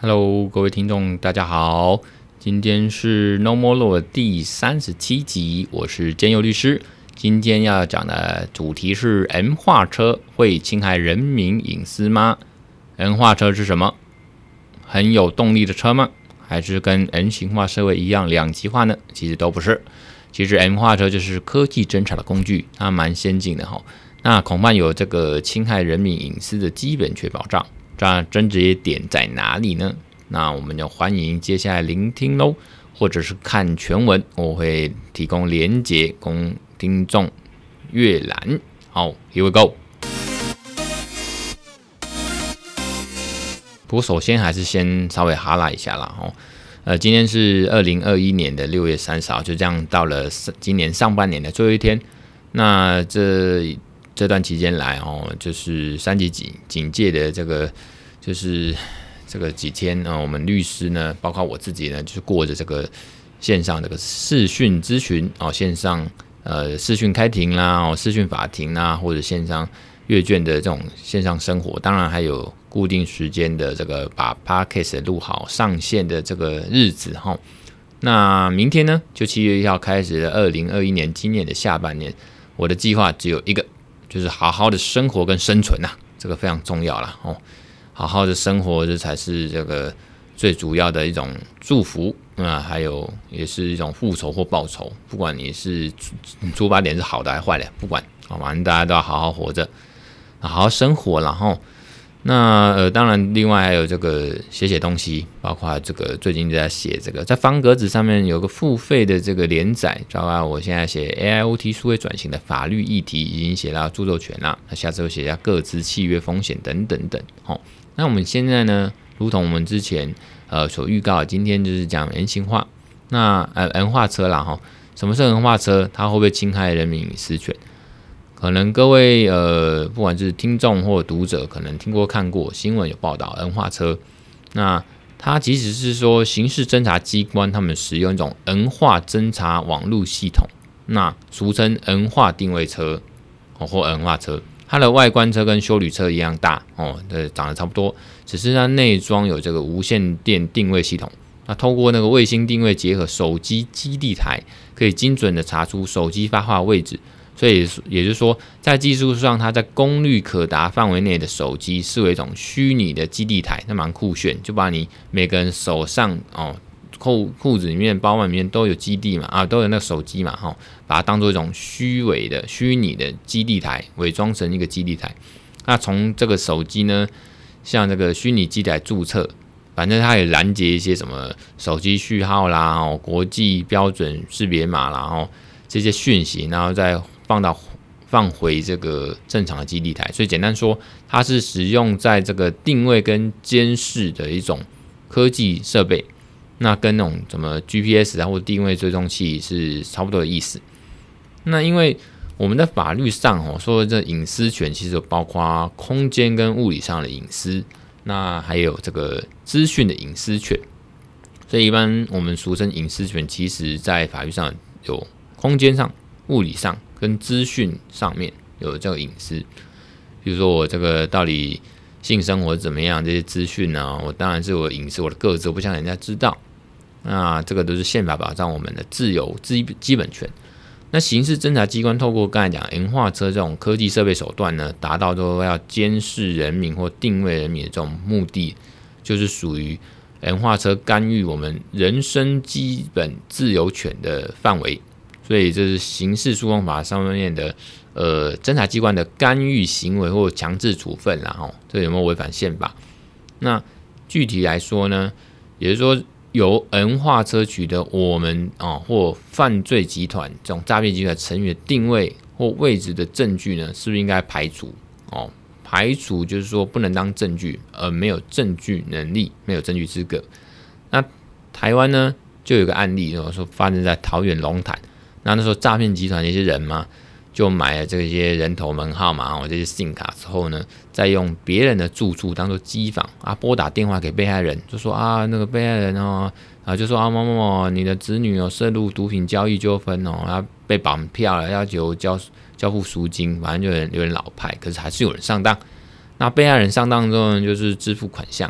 Hello，各位听众，大家好，今天是 No More Law 第37集，我是兼佑律师。今天要讲的主题是 N 化车会侵害人民隐私吗？ N 化车是什么？很有动力的车吗？还是跟 N 型化社会一样两极化呢？其实都不是。其实 N 化车就是科技侦查的工具，它蛮先进的齁。那恐怕有这个侵害人民隐私的基本权保障。这争执点在哪里呢？那我们就欢迎接下来聆听咯，或者是看全文，我会提供连结供听众阅览。好 ，Here we go。不过首先还是先稍微哈拉一下啦今天是2021年的6月30号，就这样到了今年上半年的最后一天。那这段期间来就是3级警戒的就是这个几天我们律师呢，包括我自己呢，就是过着这个线上这个视讯咨询线上视讯开庭啦视讯法庭啦，或者线上阅卷的这种线上生活，当然还有固定时间的这个把 Podcast 录好上线的这个日子那明天呢，就7月1号开始的2021年今年的下半年，我的计划只有一个，就是好好的生活跟生存这个非常重要啦好好的生活，这才是这个最主要的一种祝福还有也是一种复仇或报仇，不管你是出发点是好的还是坏的，不管反正大家都要好好活着，好好生活啦那当然另外还有这个写东西，包括这个最近在写这个在方格子上面有个付费的这个连载，包括我现在写 AIoT 数位转型的法律议题已经写到著作权啦，那下次会写下各自契约风险等等等那我们现在呢，如同我们之前所预告的，今天就是讲 N 型化，那N 化车啦什么是 N 化车？它会不会侵害人民隐私权？可能各位不管是听众或读者，可能听过看过新闻有报道 N 化车，那它即使是说刑事侦查机关他们使用一种 N 化侦查网络系统，那俗称 N 化定位车或 N 化车，它的外观车跟休旅车一样大长得差不多，只是它内装有这个无线电定位系统，那透过那个卫星定位结合手机基地台，可以精准的查出手机发话位置。所以也就是说，在技术上，它在功率可达范围内的手机视为一种虚拟的基地台，那蛮酷炫，就把你每个人手上裤子里面、包包里面都有基地嘛都有那个手机嘛把它当做一种虚拟的基地台，伪装成一个基地台。那从这个手机呢，像这个虚拟基地台注册，反正它也拦截一些什么手机序号啦、国际标准识别码啦这些讯息，然后再放回这个正常的基地台。所以简单说，它是使用在这个定位跟监视的一种科技设备，那跟那种什么 GPS 或定位追踪器是差不多的意思。那因为我们在法律上说这隐私权其实有包括空间跟物理上的隐私，那还有这个资讯的隐私权。所以一般我们俗称隐私权，其实在法律上有空间上、物理上跟资讯上面有这个隐私。比如说我这个到底性生活怎么样，这些资讯呢，我当然是我的隐私，我的个资，我不想人家知道。那这个都是宪法保障我们的自由基本权。那刑事侦查机关透过刚才讲 N 化车这种科技设备手段呢，达到都要监视人民或定位人民的这种目的，就是属于 N 化车干预我们人身基本自由权的范围。所以这是刑事诉讼法上面的侦查机关的干预行为或强制处分啦这有没有违反宪法？那具体来说呢，也就是说由 N 化车取得我们或犯罪集团这种诈骗集团成员的定位或位置的证据呢，是不是应该排除排除就是说不能当证据，而没有证据能力，没有证据资格。那台湾呢就有个案例说发生在桃园龙潭。那时候诈骗集团的一些人嘛，就买了这些人头门号码这些 SIM 卡之后呢，再用别人的住处当做机房拨打电话给被害人，就说那个被害人就说某某某你的子女涉入毒品交易纠纷被绑票了，要求交付赎金，反正就有人老派，可是还是有人上当。那被害人上当之后呢，就是支付款项，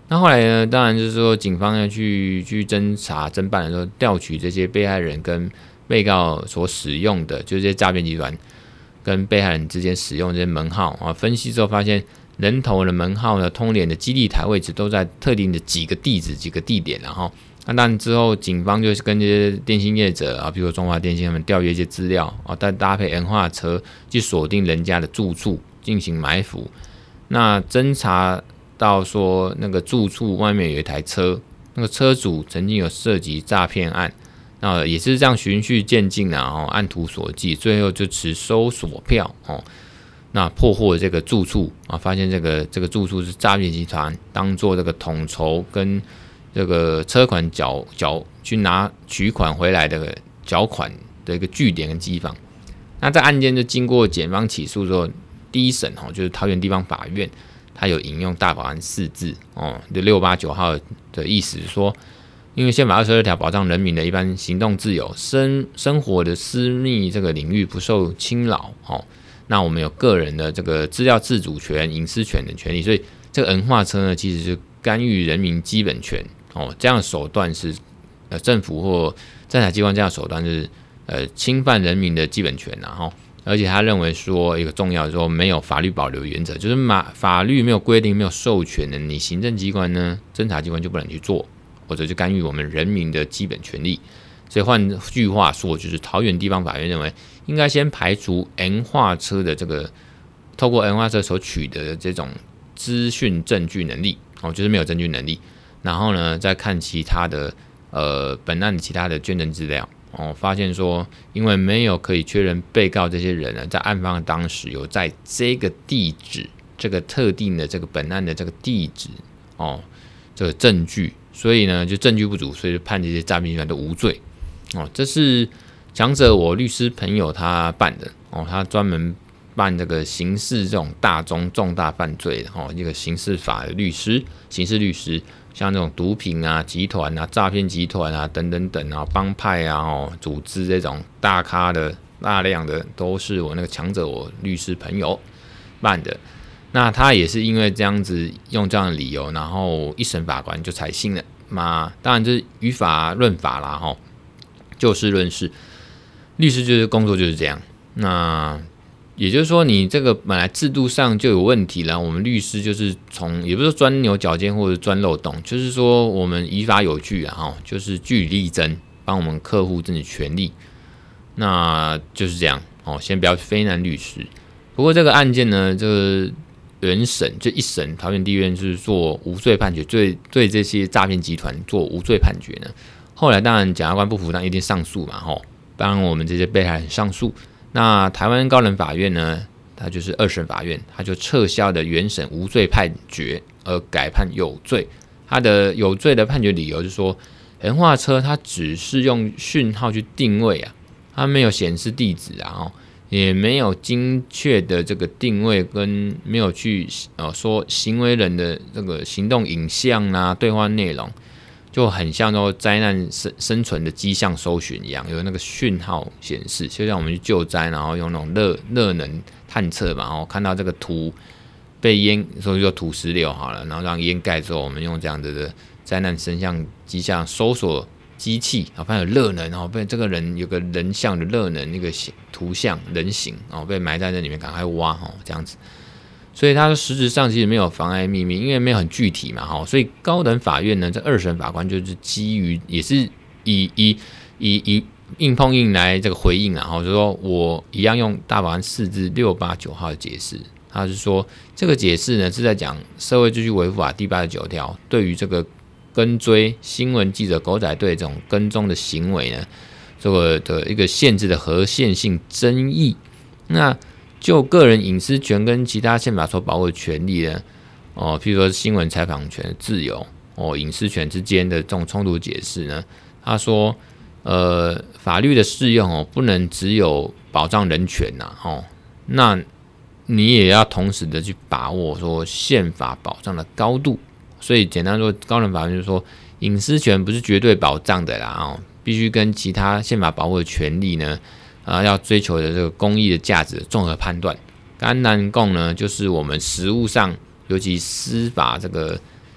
那后来呢，当然就是说警方要去侦查侦办的时候，调取这些被害人跟被告所使用的，就是这些诈骗集团跟被害人之间使用这些门号啊，分析之后发现，人头的门号呢，通联的基地台位置都在特定的几个地址、几个地点，然后那当然之后警方就是跟这些电信业者啊，比如说中华电信他们调阅一些资料啊，再搭配 N 化车去锁定人家的住处进行埋伏。那侦查到说那个住处外面有一台车，那个车主曾经有涉及诈骗案，那也是这样循序渐进的按图索骥，最后就持搜索票那破获这个住处啊，发现这个住处是诈骗集团当做这个统筹跟这个车款去拿取款回来的缴款的一个据点跟机房。那这案件就经过检方起诉之后，第一审就是桃园地方法院，他有引用大法官4字的689号的意思说，因为宪法22条保障人民的一般行动自由、生活的私密这个领域不受侵扰那我们有个人的这个资料自主权、隐私权的权利，所以这个 N 化车呢，其实是干预人民基本权这样的手段是政府或侦查机关这样的手段是侵犯人民的基本权而且他认为说一个重要的说没有法律保留原则，就是法律没有规定、没有授权的，你行政机关呢、侦查机关就不能去做，或者就干预我们人民的基本权利。所以换句话说，就是桃园地方法院认为，应该先排除 N 化车的这个透过 N 化车所取得的这种资讯证据能力就是没有证据能力，然后呢再看其他的本案的其他的卷证资料发现说，因为没有可以确认被告这些人呢，在案发当时有在这个地址、这个特定的这个本案的这个地址这个证据，所以呢就证据不足，所以就判这些诈骗集团都无罪这是强者我律师朋友他办的他专门办这个刑事这种大宗重大犯罪的一个刑事法的律师、刑事律师。像这种毒品集团诈骗集团等等等帮派组织这种大咖的大量的都是我那个强者我律师朋友办的。那他也是因为这样子用这样的理由，然后一审法官就采信了。那当然就是于法论法啦就事论事，律师就是工作就是这样。那也就是说，你这个本来制度上就有问题了。我们律师就是也不是说钻牛角尖或者钻漏洞，就是说我们依法有据就是据理力争，帮我们客户争取权利。那就是这样先不要非难律师。不过这个案件呢，这个原审就一审桃园地院是做无罪判决，对这些诈骗集团做无罪判决呢。后来当然检察官不服，当然一定上诉嘛帮我们这些被害人上诉。那台湾高等法院呢，它就是二审法院，它就撤销的原审无罪判决，而改判有罪。它的有罪的判决理由就是说，N 化车它只是用讯号去定位它没有显示地址也没有精确的这个定位，跟没有去说行为人的这个行动影像对话内容。就很像说灾难生存的迹象搜寻一样，有那个讯号显示，就像我们去救灾，然后用那种热能探测嘛，看到这个土被淹，所以说土石流好了，然后让淹盖之后，我们用这样的灾难声像迹象搜索机器发现有热能被这个人有个人像的热能那个图像人形被埋在这里面，赶快挖这样子。所以它实质上其实没有妨碍秘密，因为没有很具体嘛所以高等法院呢，这二审法官就是基于也是以硬碰硬来这个回应就说我一样用大法官4字689号的解释，他是说这个解释呢是在讲社会秩序维护法第89条对于这个跟追新闻记者狗仔队这种跟踪的行为呢，这个的一个限制的合宪性争议。那就个人隐私权跟其他宪法所保护的权利呢，譬如说新闻采访权的自由隐私权之间的这种冲突解释呢，他说法律的适用不能只有保障人权那你也要同时的去把握说宪法保障的高度。所以简单说，高等法院就说隐私权不是绝对保障的啦必须跟其他宪法保护的权利呢要追求的这个公益的价值的综合判断。干难共呢，就是我们实务上，尤其司法这个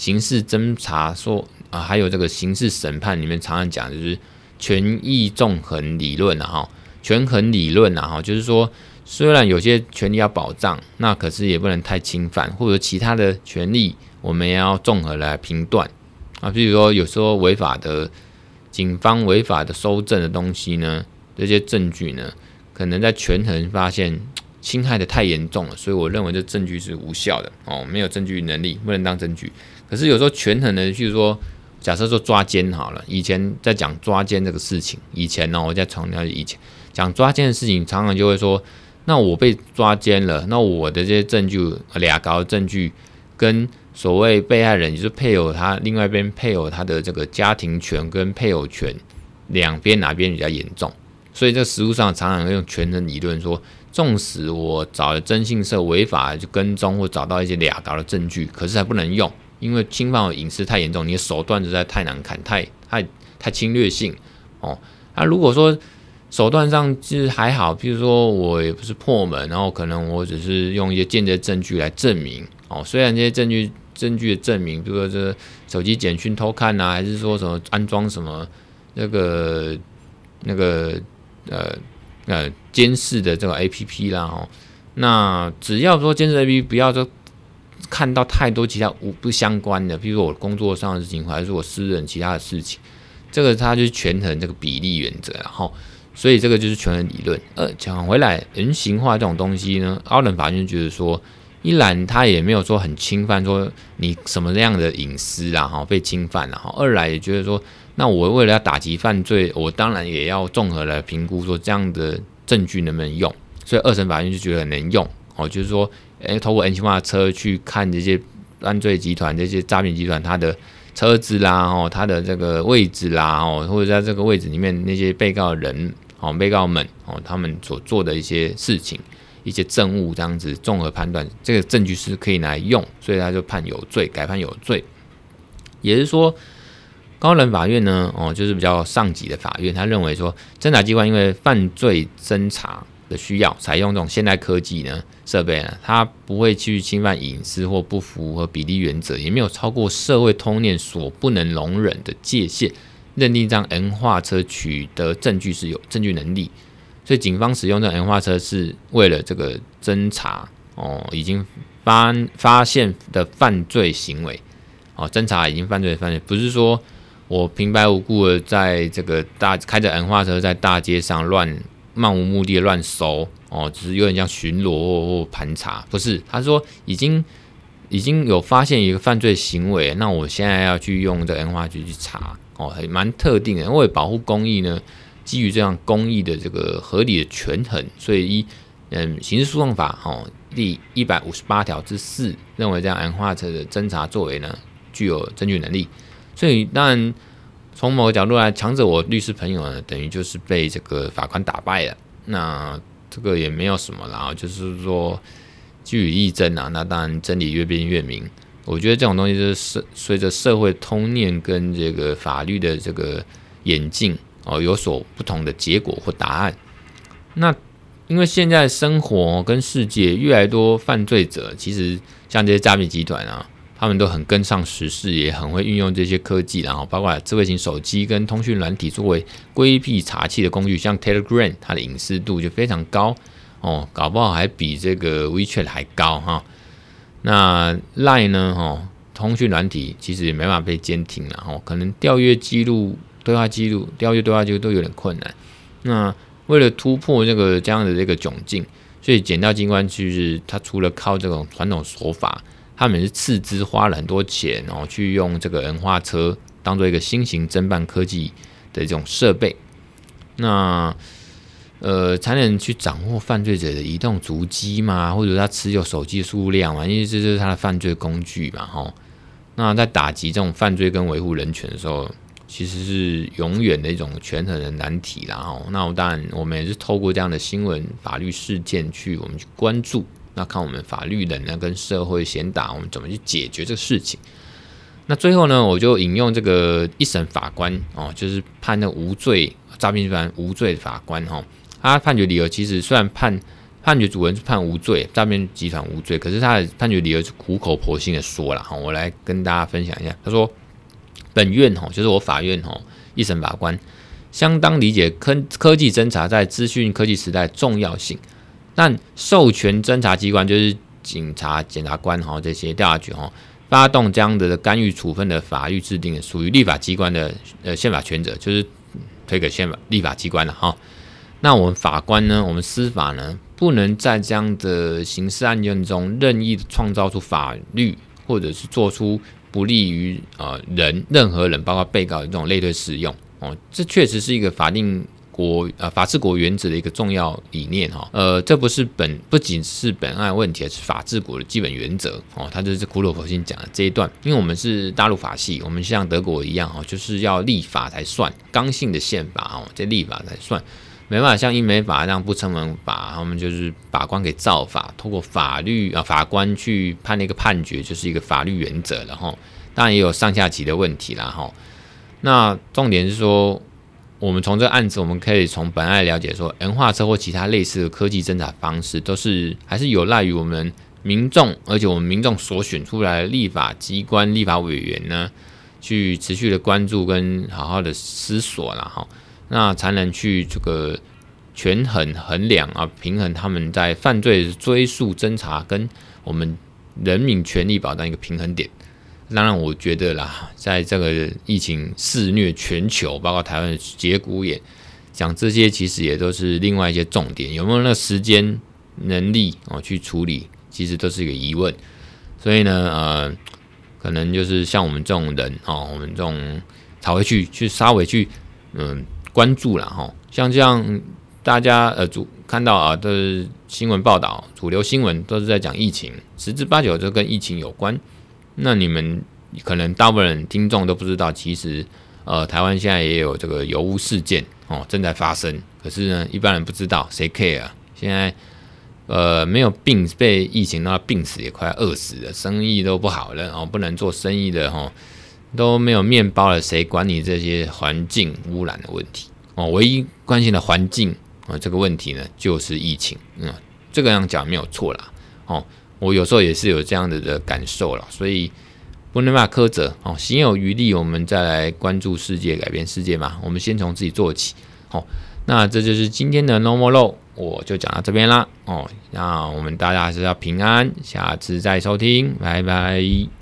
刑事侦查还有这个刑事审判里面常常讲的就是权益纵横理论权衡理论就是说虽然有些权利要保障，那可是也不能太侵犯，或者其他的权利我们也要综合来评断比如说有时候警方违法的搜证的东西呢，这些证据呢，可能在权衡发现侵害的太严重了，所以我认为这证据是无效的没有证据能力，不能当证据。可是有时候权衡呢，譬如说假设说抓奸好了，以前在讲抓奸这个事情，我在强调以前讲抓奸的事情，常常就会说，那我被抓奸了，那我的这些证据2高的证据跟所谓被害人，就是配偶他另外一边配偶他的这个家庭权跟配偶权两边哪边比较严重？所以这实务上常常用权衡理论说，纵使我找了征信社违法就跟踪或找到一些2高的证据，可是还不能用，因为侵犯我隐私太严重，你的手段实在太难看，太侵略性如果说手段上其实还好，譬如说我也不是破门，然后可能我只是用一些间接证据来证明虽然这些证据的证明，比如说这手机简讯偷看还是说什么安装什么那个监视的这个 APP 啦那只要说监视 APP 不要说看到太多其他不相关的，比如说我工作上的事情，还是我私人其他的事情，这个它就是权衡这个比例原则所以这个就是权衡理论。讲回来，人刑化这种东西呢，高等法院觉得说，一来他也没有说很侵犯说你什么样的隐私被侵犯二来也觉得说，那我为了要打击犯罪，我当然也要综合来评估说这样的证据能不能用，所以二审法院就觉得能用就是说透过人刑化的车去看这些犯罪集团、这些诈骗集团他的车子啦他的这个位置啦或者在这个位置里面那些被告人被告们他们所做的一些事情、一些证物，这样子综合判断，这个证据是可以拿来用，所以他就判有罪，改判有罪。也就是说，高等法院呢就是比较上级的法院，他认为说，侦查机关因为犯罪侦查的需要，采用这种现代科技呢设备呢，它不会去侵犯隐私或不符合比例原则，也没有超过社会通念所不能容忍的界限，认定这辆 N 化车取得证据是有证据能力，所以警方使用这 N 化车是为了这个侦查已经发现的犯罪行为侦查已经犯罪，不是说我平白无故的在这个开着 N 化车在大街上漫无目的的乱搜只是有点像巡逻或盘查，不是，他说已经有发现一个犯罪行为，那我现在要去用这 N 化去查还蛮特定的，因为保护公益呢，基于这样公益的这个合理的权衡，所以刑事诉讼法第158条之4认为这样 N 化车的侦查作为呢具有证据能力，所以当然从某个角度来，强者我律师朋友呢等于就是被这个法官打败了，那这个也没有什么啦，就是说据理力争那当然真理越辩越明。我觉得这种东西就是随着社会通念跟这个法律的这个演进有所不同的结果或答案。那因为现在生活跟世界越来越多犯罪者，其实像这些诈骗集团他们都很跟上时事，也很会运用这些科技，然后包括智慧型手机跟通讯软体作为规避查缉的工具，像 Telegram 它的隐私度就非常高搞不好还比这个 WeChat 还高那 LINE 呢通讯软体其实也没办法被监听了可能调阅记录、对话记录都有点困难。那为了突破这样的这个窘境，所以检调机关其实他除了靠这种传统手法，他们是斥资花了很多钱去用这个 N 化车当做一个新型侦办科技的这种设备，那才能去掌握犯罪者的移动足迹嘛，或者他持有手机数量嘛，因为这就是他的犯罪工具嘛那在打击这种犯罪跟维护人权的时候，其实是永远的一种权衡的难题啦那当然我们也是透过这样的新闻法律事件我们去关注，那看我们法律人呢跟社会贤达我们怎么去解决这个事情。那最后呢，我就引用这个一审法官就是判那无罪诈骗集团无罪的法官他判决理由其实虽然判判决主文是判无罪，诈骗集团无罪，可是他的判决理由是苦口婆心的说了，我来跟大家分享一下。他说，本院就是我法院一审法官相当理解科技侦查在资讯科技时代的重要性，但授权侦查机关就是警察、检察官这些调查局发动这样的干预处分的法律制定，属于立法机关的宪法权责，就是推给立法机关了那我们法官呢，我们司法呢，不能在这样的刑事案件中任意创造出法律，或者是做出不利于任何人，包括被告的这种类推适用这确实是一个法治国原则的一个重要理念这不仅是本案问题，而是法治国的基本原则他就是苦口婆心讲的这一段。因为我们是大陆法系，我们像德国一样就是要立法才算，刚性的宪法这立法才算。没办法像英美法那样不成文法，他们就是法官给造法，透过法官去判那个判决，就是一个法律原则了当然也有上下级的问题啦那重点是说，我们从这个案子，我们可以从本案了解说，人化车或其他类似的科技侦查方式，还是有赖于我们民众，而且我们民众所选出来的立法机关、立法委员呢，去持续的关注跟好好的思索啦那才能去这个衡量平衡他们在犯罪追诉侦查跟我们人民权利保障一个平衡点。当然，我觉得啦，在这个疫情肆虐全球，包括台湾的节骨眼，讲这些其实也都是另外一些重点，有没有那个时间能力去处理，其实都是一个疑问。所以呢，可能就是像我们这种人我们这种才会去稍微去关注啦像这样大家看到的新闻报道，主流新闻都是在讲疫情，十之八九就跟疫情有关。那你们可能大部分人听众都不知道，其实台湾现在也有这个油污事件正在发生，可是呢一般人不知道，谁 care 现在没有被疫情闹到病死，也快饿死了，生意都不好了不能做生意的都没有面包了，谁管你这些环境污染的问题唯一关心的环境这个问题呢，就是疫情这个样讲没有错啦我有时候也是有这样的感受啦，所以不能把苛责行有余力，我们再来关注世界，改变世界嘛。我们先从自己做起那这就是今天的 Normal Law， 我就讲到这边啦那我们大家还是要平安，下次再收听，拜拜。